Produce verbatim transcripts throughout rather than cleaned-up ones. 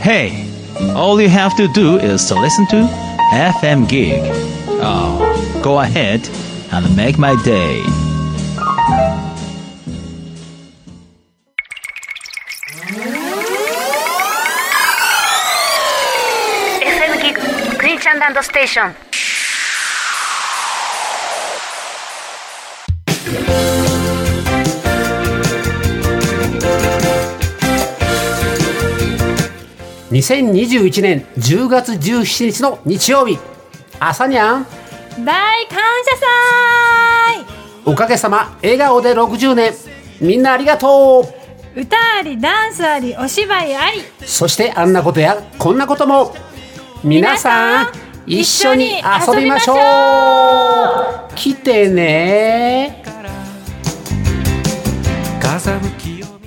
Hey, all you have to do is to listen to エフエム Gig. Oh, go ahead and make my day. エフエム Gig クニちゃんランドステーション。 にせんにじゅういちねんじゅうがつじゅうしちにちの日曜日、朝にゃん大感謝祭。 おかげさま笑顔でろくじゅうねん、みんなありがとう。歌ありダンスありお芝居あり、 そしてあんなことやこんなことも。皆さん一緒に遊びましょう。来てね。風向きを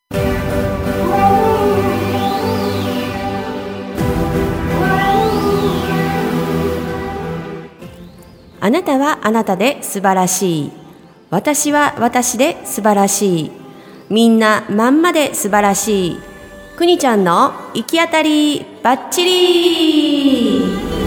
あなたはあなたで素晴らしい。私は私で素晴らしい。みんなまんまで素晴らしい。くにちゃんの行き当たりバッチリ。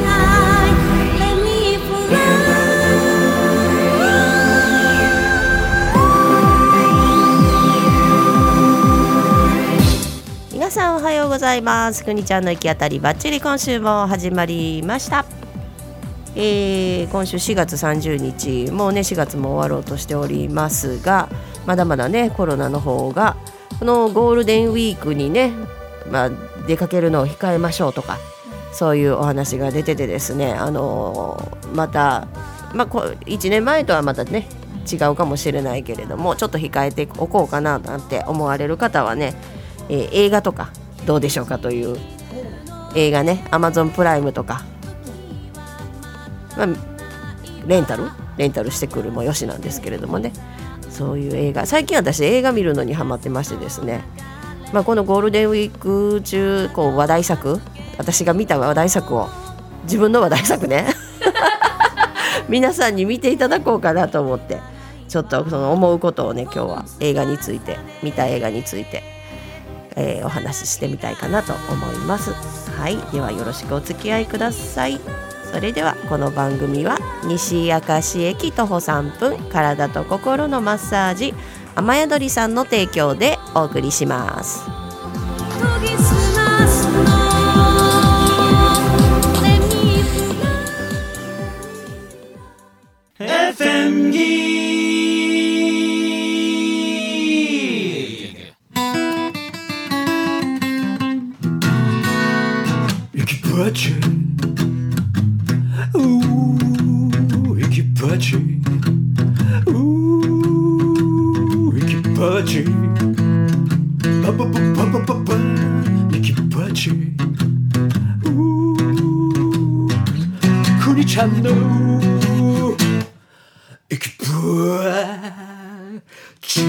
皆さんおはようございます。くにちゃんの行き当たりバッチリ、今週も始まりました。えー、今週しがつさんじゅうにち、もうねしがつも終わろうとしておりますが、まだまだねコロナの方がこのゴールデンウィークにね、まあ、出かけるのを控えましょうとか、そういうお話が出ててですね、あのー、また、まあ、こいちねんまえとはまたね違うかもしれないけれども、ちょっと控えておこうかななんて思われる方はね、えー、映画とかどうでしょうかという。映画ね、 Amazon プライムとか、まあ、レンタルレンタルしてくるもよしなんですけれどもね、そういう映画、最近私映画見るのにハマってましてですね、まあ、このゴールデンウィーク中、こう話題作、私が見た話題作を、自分の話題作ね皆さんに見ていただこうかなと思って、ちょっとその思うことをね、今日は映画について、見た映画について、えー、お話ししてみたいかなと思います。はい、ではよろしくお付き合いください。それではこの番組は西明石駅徒歩さんぷん、体と心のマッサージ雨宿りさんの提供でお送りします。 エフエム Gig。 くにちゃんのエキパチ。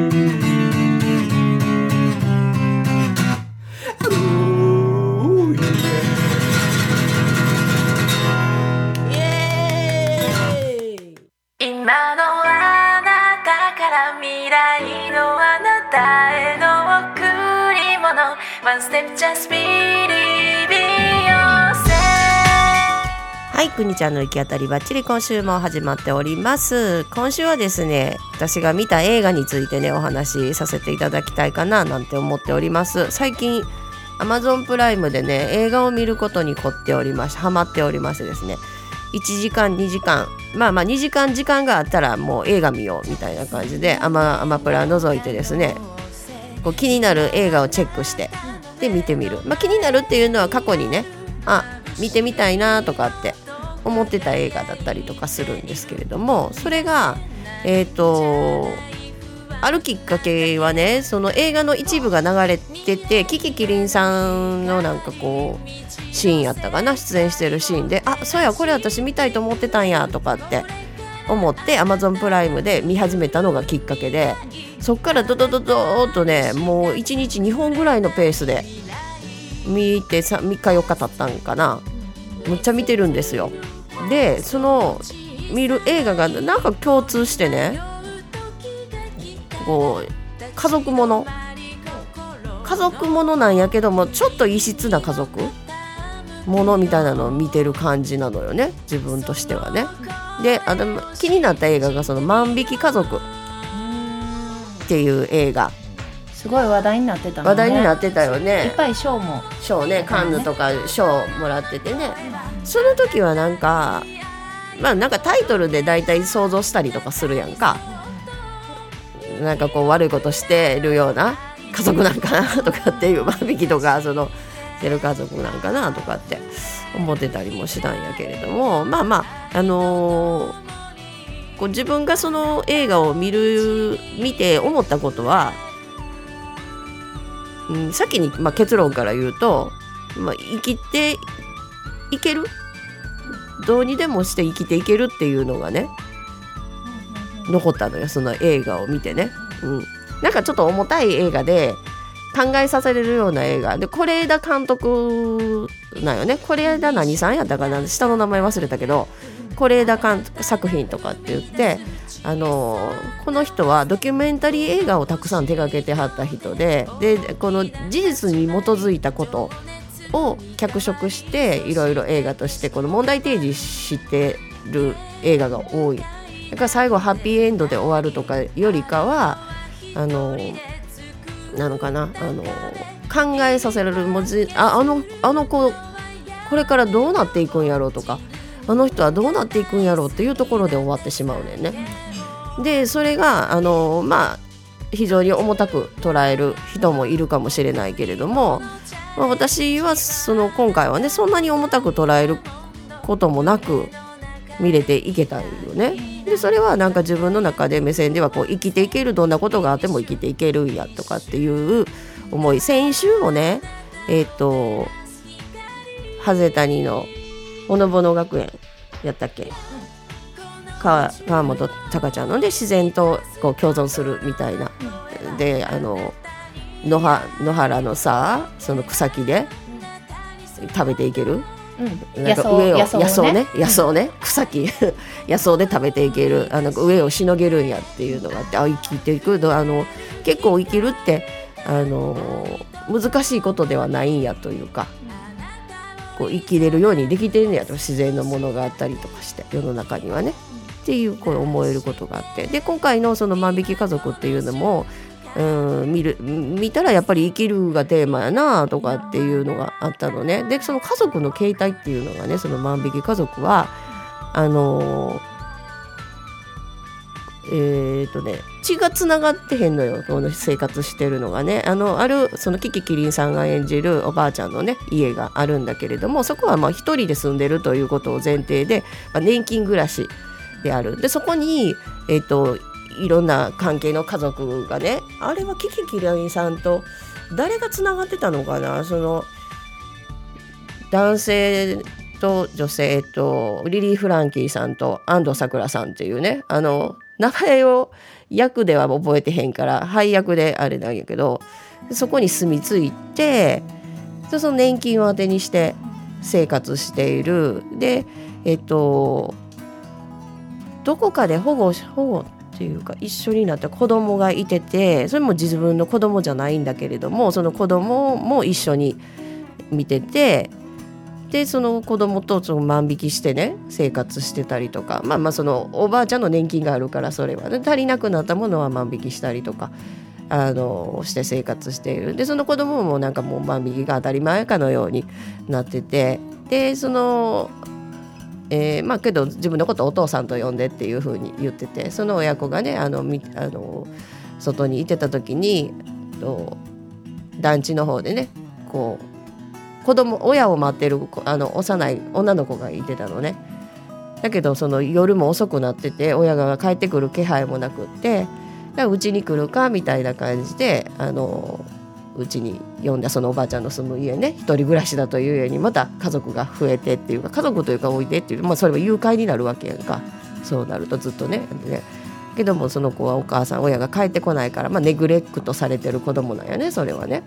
今のあなたから未来のあなたへの贈り物 One step just believe in yourself。 はい、くにちゃんの行き当たりバッチリ、今週も始まっております。今週はですね、私が見た映画についてねお話しさせていただきたいかななんて思っております。最近 Amazon プライムでね映画を見ることに凝っておりまして、ハマっておりましてですね、いちじかんにじかん、まあまあにじかん時間があったらもう映画見ようみたいな感じでアマ、アマプラ覗いてですね、こう気になる映画をチェックしてで見てみる、まあ、気になるっていうのは過去にね、あ見てみたいなとかって思ってた映画だったりとかするんですけれども、それがえっとあるきっかけはね、その映画の一部が流れてて、キキキリンさんのなんかこうシーンやったかな、出演してるシーンで、あそうやこれ私見たいと思ってたんやとかって思って Amazon プライムで見始めたのがきっかけで、そっからドドドドーっとね、もういちにちにほんぐらいのペースで見てさみっかよっか経ったんかな、むっちゃ見てるんですよ。でその見る映画がなんか共通してね、こう家族もの家家族ものなんやけどもちょっと異質な家族ものみたいなのを見てる感じなのよね、自分としてはね。であの気になった映画がその万引き家族っていう映画、 すごい話題になってたのね。 話題になってたよね。 いっぱい賞も賞ね、カンヌとか賞もらっててね。その時はなんかまあなんかタイトルでだいたい想像したりとかするやんか。なんかこう悪いことしてるような家族なんかなとかっていう、万引きとかそのしてる家族なんかなとかって思ってたりもしたんやけれども、まあまああのー、こう自分がその映画を見る見て思ったことは、うん、先に、まあ、結論から言うと、まあ、生きていける、どうにでもして生きていけるっていうのがね残ったのよ、その映画を見てね、うん、なんかちょっと重たい映画で考えさせれるような映画で、是枝監督なんよね。是枝何さんやったかな、下の名前忘れたけど、是枝監督作品とかって言って、あのこの人はドキュメンタリー映画をたくさん手掛けてはった人で、でこの事実に基づいたことを脚色していろいろ映画としてこの問題提示してる映画が多い。だから最後ハッピーエンドで終わるとかよりかはあのなのかな、あの考えさせられる、もず あ, あ, のあの子これからどうなっていくんやろうとか、あの人はどうなっていくんやろうっていうところで終わってしまうねんね。でそれがあの、まあ、非常に重たく捉える人もいるかもしれないけれども、まあ、私はその今回はねそんなに重たく捉えることもなく見れていけたよね。でそれはなんか自分の中で目線ではこう生きていける、どんなことがあっても生きていけるんやとかっていう思い、先週もねえっ、ー、とハゼ谷のほのぼの学園やったっけ、川, 川本隆ちゃんので自然とこう共存するみたいな、であの 野, は野原のさその草木で食べていける、うん、なんか上を野草ね、野草ね、草木野草で食べていける、あの上をしのげるんやっていうのがあって、あ生きていくあの結構生きるってあの難しいことではないんやというか、こう生きれるようにできてるんやと、自然のものがあったりとかして世の中にはねっていうこう思えることがあって、で今回のその万引き家族っていうのもうん見る見たらやっぱり生きるがテーマやなとかっていうのがあったのね。でその家族の形態っていうのがね、その万引き家族はあのー、えーとね血がつながってへんのよ、この生活してるのがね。あのあるそのキキキリンさんが演じるおばあちゃんのね家があるんだけれども、そこはまあ一人で住んでるということを前提で、まあ、年金暮らしである。でそこにえーといろんな関係の家族がね、あれはキキキリンさんと誰がつながってたのかな、その男性と女性とリリー・フランキーさんと安藤サクラさんっていうね、あの名前を役では覚えてへんから配役であれなんやけど、そこに住み着いてその年金を当てにして生活している。でえっとどこかで保護保護っていうか一緒になった子供がいてて、それも自分の子供じゃないんだけれども、その子供も一緒に見てて、でその子供とその万引きしてね生活してたりとか、まあまあそのおばあちゃんの年金があるからそれは、ね、足りなくなったものは万引きしたりとかあのして生活している。でその子供もなんかもう万引きが当たり前かのようになってて、でそのえーまあ、けど自分のことをお父さんと呼んでっていう風に言ってて、その親子がねあのあの外にいてた時にと団地の方でねこう子供親を待ってるあの幼い女の子がいてたのね。だけどその夜も遅くなってて親が帰ってくる気配もなくって、うちに来るかみたいな感じであのうちに呼んだそのおばあちゃんの住む家ね、一人暮らしだという家にまた家族が増えてっていうか、家族というかおいでっていう、まあ、それは誘拐になるわけやんか。そうなるとずっと ね, ねけどもその子はお母さん親が帰ってこないから、まあ、ネグレクトされてる子供なんよね。それはね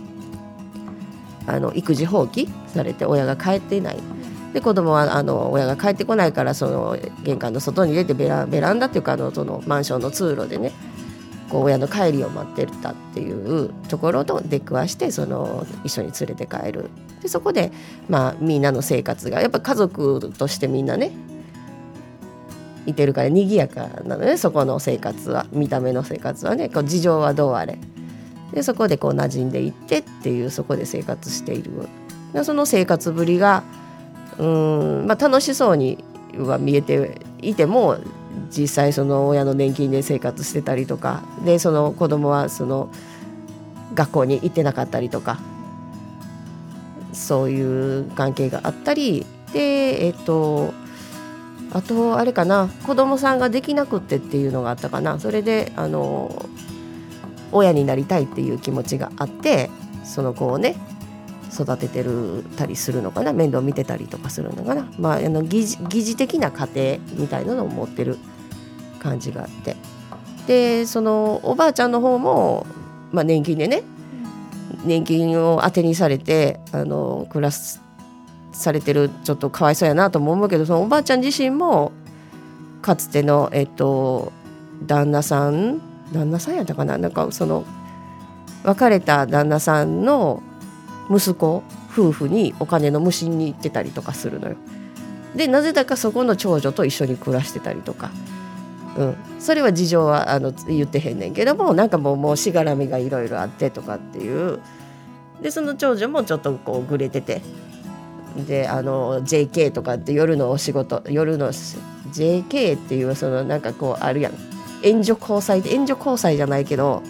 あの育児放棄されて親が帰っていない。で子供はあの親が帰ってこないからその玄関の外に出てベラ、ベランダっていうかあのそのマンションの通路でねこう親の帰りを待ってたっていうところと出くわして、その一緒に連れて帰る。でそこで、まあ、みんなの生活がやっぱ家族としてみんなねいてるから賑やかなのね、そこの生活は、見た目の生活はね、こう事情はどうあれでそこでこう馴染んでいってっていう、そこで生活している。でその生活ぶりがうーん、まあ、楽しそうには見えていても、実際その親の年金で生活してたりとかで、その子供はその学校に行ってなかったりとか、そういう関係があったりで、えっとあとあれかな、子供さんができなくってっていうのがあったかな。それであの親になりたいっていう気持ちがあって、その子をね育ててるたりするのかな、面倒見てたりとかするのかな、まあ、あの疑似、疑似的な家庭みたいなのを持ってる感じがあって、でそのおばあちゃんの方も、まあ、年金でね、年金を当てにされてあの暮らすされてる、ちょっとかわいそうやなとも思うけど、そのおばあちゃん自身もかつての、えっと、旦那さん旦那さんやったかな、なんかその別れた旦那さんの息子夫婦にお金の無心に行ってたりとかするのよ。でなぜだかそこの長女と一緒に暮らしてたりとか、うん、それは事情はあの言ってへんねんけども、なんかもう、もうしがらみがいろいろあってとかっていう。でその長女もちょっとこうぐれてて、であの ジェーケー とかって夜のお仕事、夜の ジェーケー っていうそのなんかこうあるやん、援助交際援助交際じゃないけど、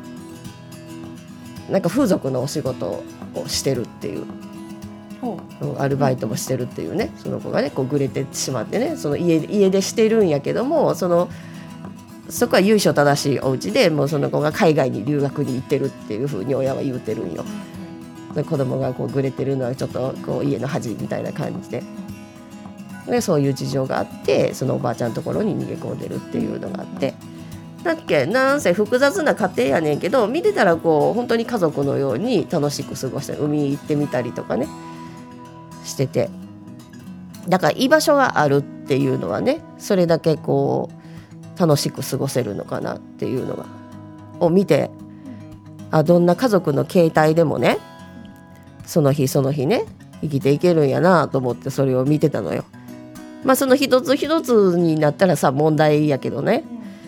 なんか風俗のお仕事をしてるっていう、アルバイトもしてるっていうね、その子がねこうぐれてしまってね、その 家, 家でしてるんやけども、そのそこは由緒正しいお家で、もうその子が海外に留学に行ってるっていう風に親は言うてるんよ。で子供がこうぐれてるのはちょっとこう家の恥みたいな感じで、でそういう事情があって、そのおばあちゃんのところに逃げ込んでるっていうのがあって、だっけなんせ複雑な家庭やねんけど、見てたらこう本当に家族のように楽しく過ごして、海行ってみたりとかねしてて、だから居場所があるっていうのはね、それだけこう楽しく過ごせるのかなっていうのがを見て、あどんな家族の形態でもねその日その日ね生きていけるんやなと思って、それを見てたのよ。まあその一つ一つになったらさ問題やけどね。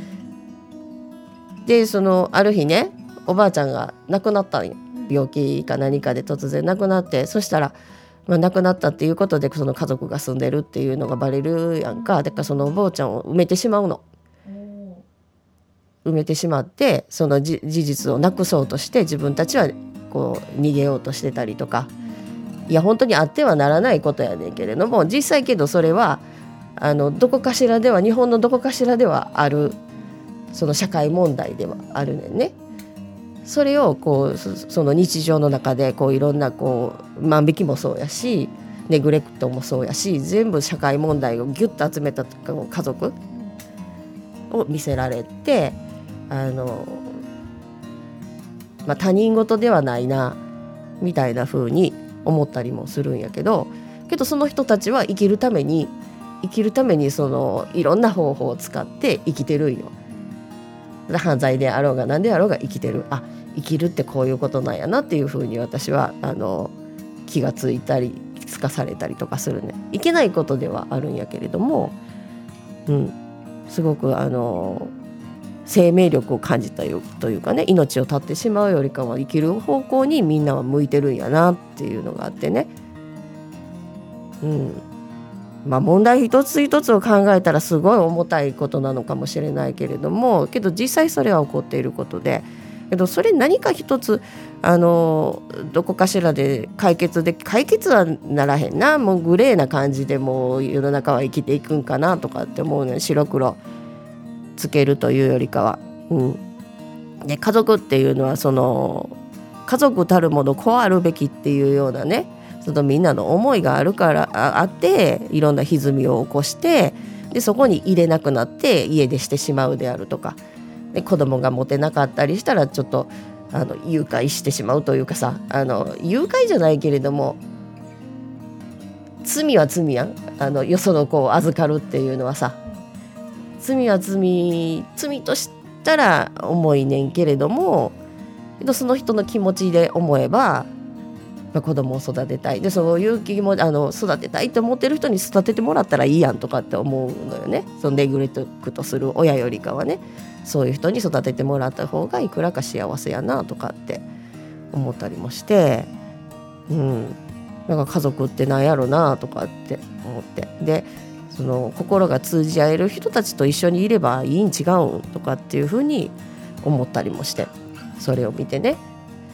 でそのある日ね、おばあちゃんが亡くなったんよ。病気か何かで突然亡くなって、そしたら、まあ、亡くなったっていうことでその家族が住んでるっていうのがバレるやんか。だからそのおばあちゃんを埋めてしまうの。埋めてしまって、その事実をなくそうとして自分たちはこう逃げようとしてたりとか、いや本当にあってはならないことやねんけれども、実際けどそれはあのどこかしらでは、日本のどこかしらではあるその社会問題ではあるねんね。それをこう そ, その日常の中でこういろんなこう万引きもそうやし、ネグレクトもそうやし、全部社会問題をギュッと集めた家族を見せられて、あの、まあ、他人事ではないなみたいな風に思ったりもするんやけど、けどその人たちは生きるために生きるためにそのいろんな方法を使って生きてるんよ。犯罪であろうが何であろうが生きてる。あ、生きるってこういうことなんやなっていう風に私はあの気がついたりつかされたりとかするね。いけないことではあるんやけれども、うん、すごくあの生命力を感じたというかね、命を絶ってしまうよりかは生きる方向にみんなは向いてるんやなっていうのがあってね、うん、まあ問題一つ一つを考えたらすごい重たいことなのかもしれないけれども、けど実際それは起こっていることで、けどそれ何か一つあのどこかしらで解決で解決はならへんな、もうグレーな感じでもう世の中は生きていくんかなとかって思うね。白黒つけるというよりかは、うん、で家族っていうのはその家族たるものこうあるべきっていうようなね、そのみんなの思いがあるからあっていろんな歪みを起こして、でそこに入れなくなって家出してしまうであるとか、で子供が持てなかったりしたらちょっとあの誘拐してしまうというかさ、あの誘拐じゃないけれども罪は罪やん。あのよその子を預かるっていうのはさ、罪は罪罪としったら重いねんけれども、その人の気持ちで思えば、まあ、子供を育てたいで、そういう気もあの育てたいと思ってる人に育ててもらったらいいやんとかって思うのよね。そのネグレクトする親よりかはね、そういう人に育ててもらった方がいくらか幸せやなとかって思ったりもして、うん、なんか家族ってなんやろなとかって思って、でその心が通じ合える人たちと一緒にいればいいん違うんとかっていうふうに思ったりもして、それを見てね、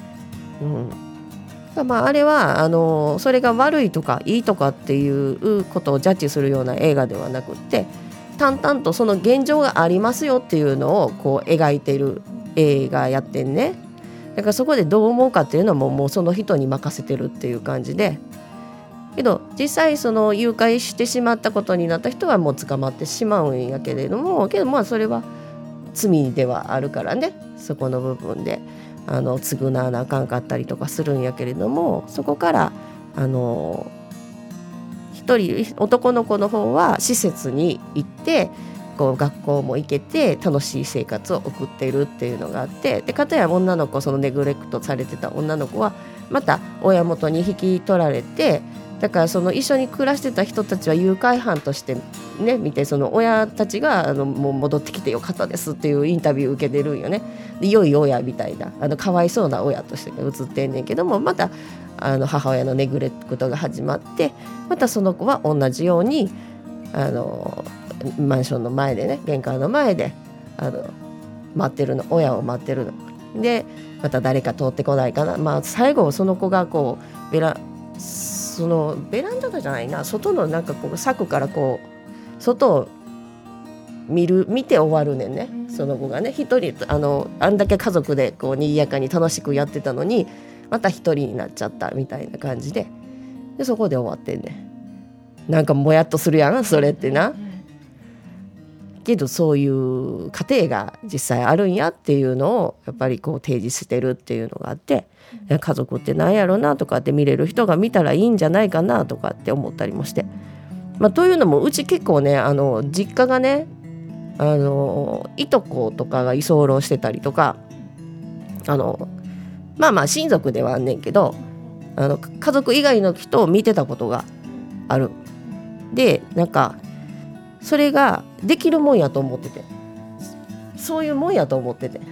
うん、まあ、あれはあのそれが悪いとかいいとかっていうことをジャッジするような映画ではなくって、淡々とその現状がありますよっていうのをこう描いてる映画やってんね。だからそこでどう思うかっていうのももうその人に任せてるっていう感じで、けど実際その誘拐してしまったことになった人はもう捕まってしまうんやけれども、けどまあそれは罪ではあるからね、そこの部分であの償わなあかんかったりとかするんやけれども、そこからあの一人男の子の方は施設に行ってこう学校も行けて楽しい生活を送っているっていうのがあって、で片や女の子、そのネグレクトされてた女の子はまた親元に引き取られて、だからその一緒に暮らしてた人たちは誘拐犯としてね見て、その親たちがあのもう戻ってきてよかったですっていうインタビュー受けてるんよね。で良い親みたいな、あのかわいそうな親として映ってんねんけども、またあの母親のネグレクトが始まって、またその子は同じようにあのマンションの前でね、玄関の前であの待ってるの、親を待ってるので、また誰か通ってこないかな、まあ、最後その子がこうベラそのベランダじゃないな、外のなんかこう柵からこう外を見る見て終わるねんね。その子がね一人あのあんだけ家族でこう賑やかに楽しくやってたのにまた一人になっちゃったみたいな感じで、でそこで終わってんねん。なんかもやっとするやんそれってな。けどそういう過程が実際あるんやっていうのをやっぱりこう提示してるっていうのがあって、家族ってなんやろなとかって見れる人が見たらいいんじゃないかなとかって思ったりもして、まあ、というのもうち結構ねあの実家がねあのいとことかが居候してたりとか、あのまあまあ親族ではあんねんけど、あの家族以外の人を見てたことがある。でなんかそれができるもんやと思ってて、そういうもんやと思ってて、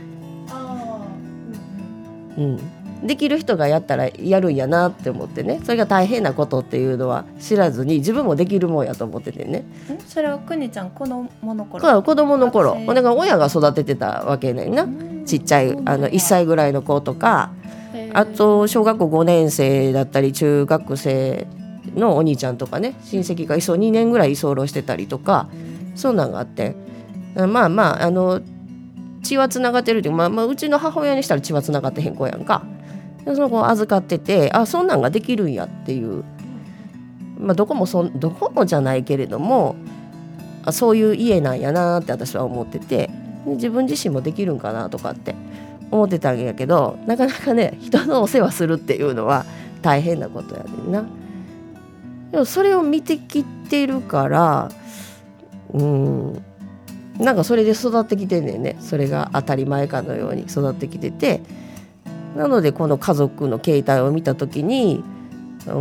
うん、できる人がやったらやるんやなって思ってね、それが大変なことっていうのは知らずに自分もできるもんやと思っててね。 それはくにちゃん子供の頃、 子供の頃だから親が育ててたわけねんな。ちっちゃいあのいっさいぐらいの子とか、あと小学校ごねん生だったり中学生のお兄ちゃんとかね、親戚がいそうにねんぐらい居候してたりとか、そんなんがあって、まあまああの血はつながってるっていう、まあ、まあうちの母親にしたら血はつながってへん子やんか。でその子を預かってて、あそんなんができるんやっていう、まあ、どこもそどこもじゃないけれどもあそういう家なんやなって私は思ってて、自分自身もできるんかなとかって思ってたんやけど、なかなかね人のお世話するっていうのは大変なことやねんな。でもそれを見てきてるから、うんなんかそれで育ってきてんねんね。それが当たり前かのように育ってきてて、なのでこの家族の形態を見た時に、うん、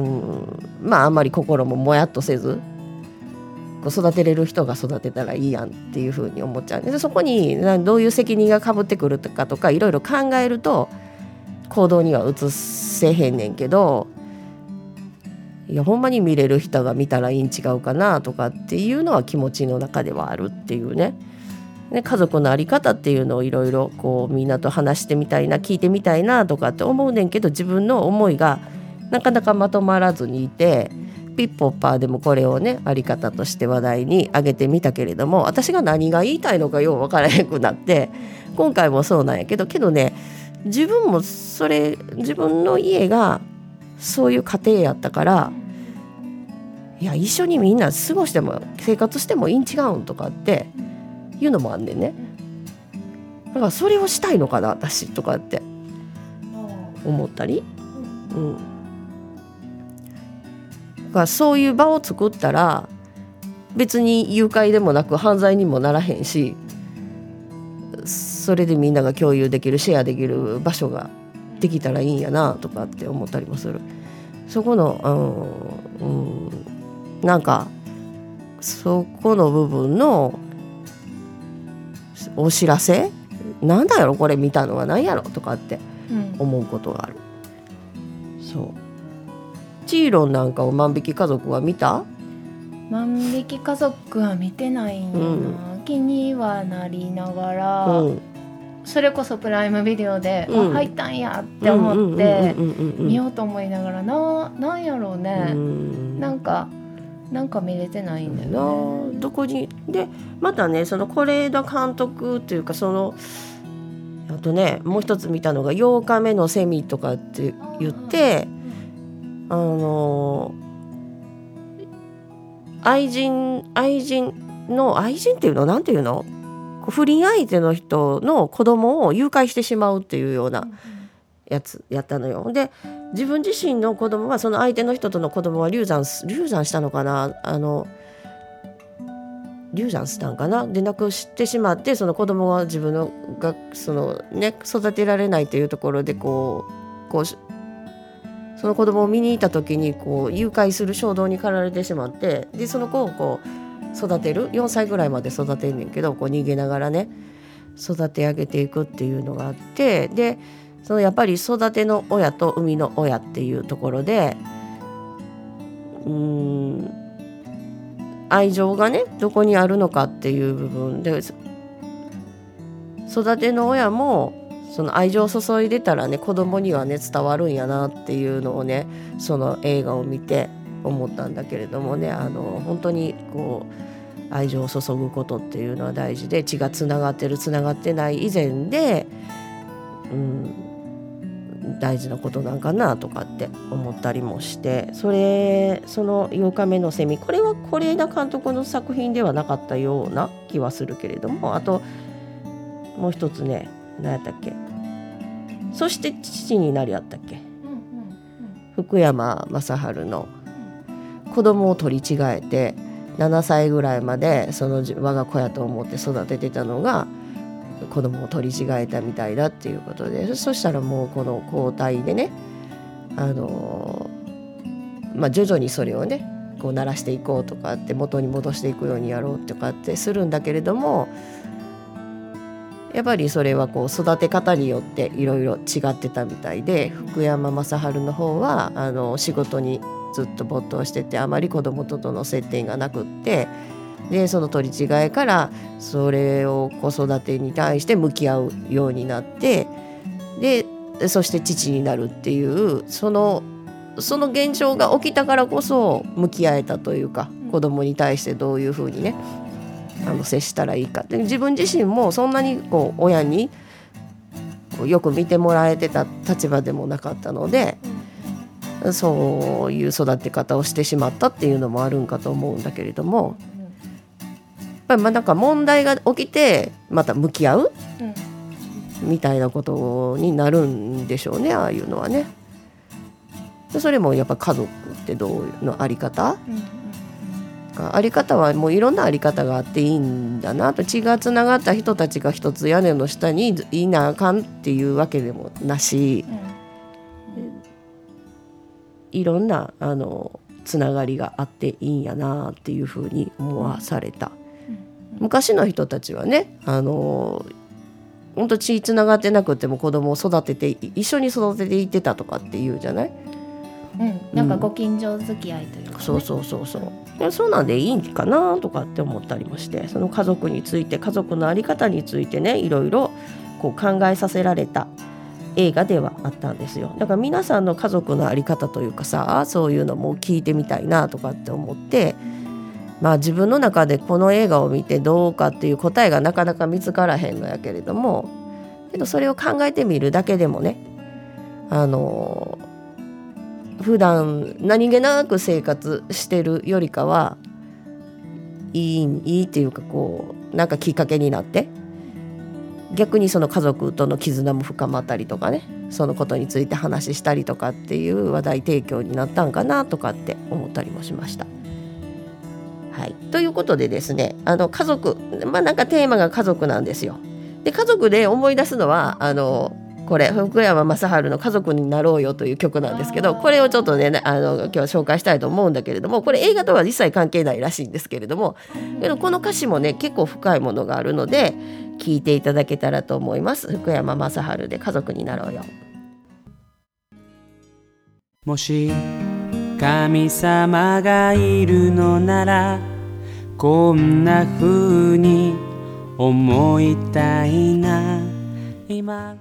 まああんまり心ももやっとせず、こう育てれる人が育てたらいいやんっていうふうに思っちゃう。でそこにどういう責任がかぶってくるかとかいろいろ考えると行動には移せへんねんけど、いやほんまに見れる人が見たらいいん違うかなとかっていうのは気持ちの中ではあるっていうね。ね、家族の在り方っていうのをいろいろこうみんなと話してみたいな、聞いてみたいなとかって思うねんけど、自分の思いがなかなかまとまらずにいて、ピッポッパーでもこれをね在り方として話題に上げてみたけれども、私が何が言いたいのかよう分からへんくなって、今回もそうなんやけど、けどね自分もそれ自分の家がそういう家庭やったから、いや一緒にみんな過ごしても生活してもいいん違うんとかっていうのもあんねんね。だからそれをしたいのかな私とかって思ったり、うん、だからそういう場を作ったら別に誘拐でもなく犯罪にもならへんし、そそれでみんなが共有できるシェアできる場所ができたらいいんやなとかって思ったりもする。そこの、うんうん、なんかそこの部分のお知らせなんだろこれ見たのは何やろとかって思うことがある、うん、そうチーロンなんかを万引き家族は見た？ 万引き家族は見てないんだな、うん、気にはなりながら、うん、それこそプライムビデオで、うん、入ったんやって思って見ようと思いながらな、なんやろうね、うん、なんかなんか見れてないんだよね。 どこにでまたねその是枝監督っていうかそのあとねもう一つ見たのがようかめのセミとかって言ってあの愛人愛人の愛人っていうのなんていうの不倫相手の人の子供を誘拐してしまうっていうようなやつやったのよ。で自分自身の子供はその相手の人との子供は流産流産したのかなあの流産したんかなで亡くしてしまってその子供は自分のがその、ね、育てられないというところでこうこうその子供を見に行った時にこう誘拐する衝動に駆られてしまってでその子をこう育てるよんさいぐらいまで育てんねんけどこう逃げながらね育て上げていくっていうのがあってでそのやっぱり育ての親と生みの親っていうところでうーん愛情がねどこにあるのかっていう部分で育ての親もその愛情を注いでたらね子供にはね伝わるんやなっていうのをねその映画を見て思ったんだけれどもねあの本当にこう愛情を注ぐことっていうのは大事で血がつながってるつながってない以前で、うん、大事なことなんかなとかって思ったりもしてそれそのようかめのセミこれは是枝監督の作品ではなかったような気はするけれどもあともう一つね何やったっけそして父になりやったっけ、うんうんうん、福山雅治の子供を取り違えてななさいぐらいまでその我が子やと思って育ててたのが子供を取り違えたみたいだっていうことでそしたらもうこの交代でねあのー、まあ徐々にそれをねこう鳴らしていこうとかって元に戻していくようにやろうとかってするんだけれどもやっぱりそれはこう育て方によっていろいろ違ってたみたいで福山雅治の方はあの仕事にずっと没頭しててあまり子供との接点がなくってでその取り違えからそれを子育てに対して向き合うようになってでそして父になるっていうそのその現象が起きたからこそ向き合えたというか子供に対してどういうふうにねあの接したらいいかって自分自身もそんなにこう親にこうよく見てもらえてた立場でもなかったのでそういう育て方をしてしまったっていうのもあるんかと思うんだけれどもやっぱりまあなんか問題が起きてまた向き合う、うん、みたいなことになるんでしょうねああいうのはね。それもやっぱ家族ってどういうのあり方、うん、あり方はもういろんなあり方があっていいんだなと血がつながった人たちが一つ屋根の下にいなあかんっていうわけでもなし、うん、いろんなあのつながりがあっていいんやなっていうふうに思わされた、うんうん、昔の人たちはねあの本当血つながってなくても子供を育てて一緒に育てていってたとかっていうじゃない、 うん、なんかご近所付き合いというか、ね、 そうそうそうそうそうなんでいいんかなとかって思ったりもしてその家族について家族の在り方についてねいろいろこう考えさせられた映画ではあったんですよ。だから皆さんの家族の在り方というかさそういうのも聞いてみたいなとかって思ってまあ自分の中でこの映画を見てどうかっていう答えがなかなか見つからへんのやけれどもけどそれを考えてみるだけでもねあの普段何気なく生活してるよりかはいい、いいっていうかこうなんかきっかけになって逆にその家族との絆も深まったりとかねそのことについて話したりとかっていう話題提供になったんかなとかって思ったりもしました。はい、ということでですねあの家族まあなんかテーマが家族なんですよ。 で家族で思い出すのはあのこれ福山雅治の家族になろうよという曲なんですけど、これをちょっとねあの今日紹介したいと思うんだけれども、これ映画とは一切関係ないらしいんですけれども、けどこの歌詞もね結構深いものがあるので聞いていただけたらと思います。福山雅治で家族になろうよ。 もし神様がいるのならこんな風に思いたいな今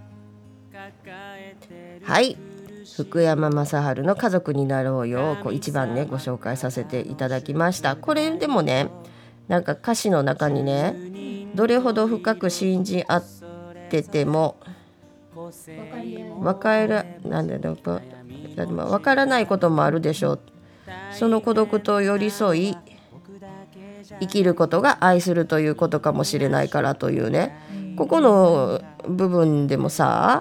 はい、福山雅治の家族になろうよをこう一番ねご紹介させていただきました。これでもねなんか歌詞の中にね、どれほど深く信じ合ってても分かるなんだろう分からないこともあるでしょう。その孤独と寄り添い生きることが愛するということかもしれないからというね、ここの部分でもさ、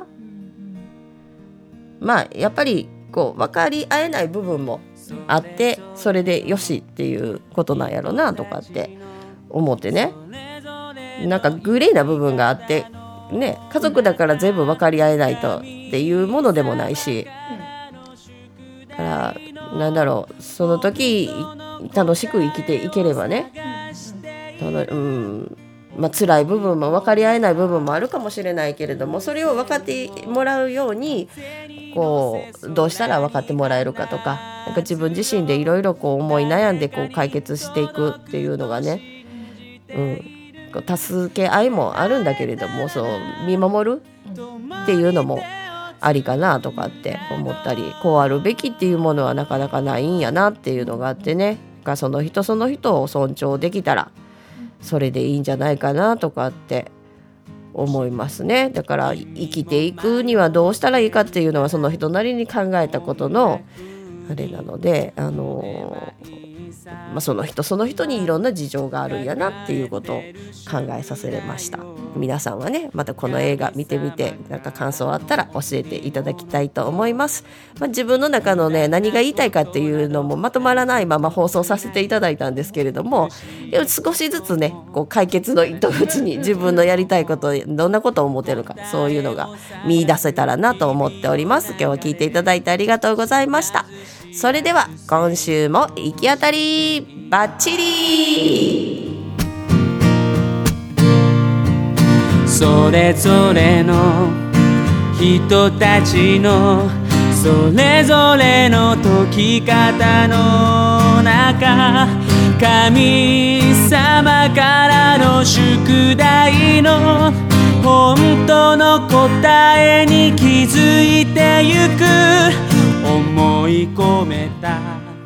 まあやっぱりこう分かり合えない部分もあって、それでよしっていうことなんやろなとかって思ってね、なんかグレーな部分があってね、家族だから全部分かり合えないとっていうものでもないし、だからなんだろう、その時楽しく生きていければね、うんまあ辛い部分も分かり合えない部分もあるかもしれないけれども、それを分かってもらうようにこうどうしたら分かってもらえるかとか、なんか自分自身でいろいろこう思い悩んでこう解決していくっていうのがね、うん、こう助け合いもあるんだけれども、そう見守るっていうのもありかなとかって思ったり、こうあるべきっていうものはなかなかないんやなっていうのがあってね、その人その人を尊重できたらそれでいいんじゃないかなとかって思いますね。だから生きていくにはどうしたらいいかっていうのはその人なりに考えたことのあれなので、あのまあ、その人その人にいろんな事情があるんやなっていうことを考えさせれました。皆さんはねまたこの映画見てみて、なんか感想あったら教えていただきたいと思います。まあ、自分の中のね何が言いたいかっていうのもまとまらないまま放送させていただいたんですけれども、少しずつねこう解決の糸口に自分のやりたいことどんなことを思ってるか、そういうのが見出せたらなと思っております。今日は聞いていただいてありがとうございました。それでは今週も行き当たりバッチリ。 それぞれの人たちのそれぞれの解き方の中、神様からの宿題の本当の答えに気づいてゆく、思い込めた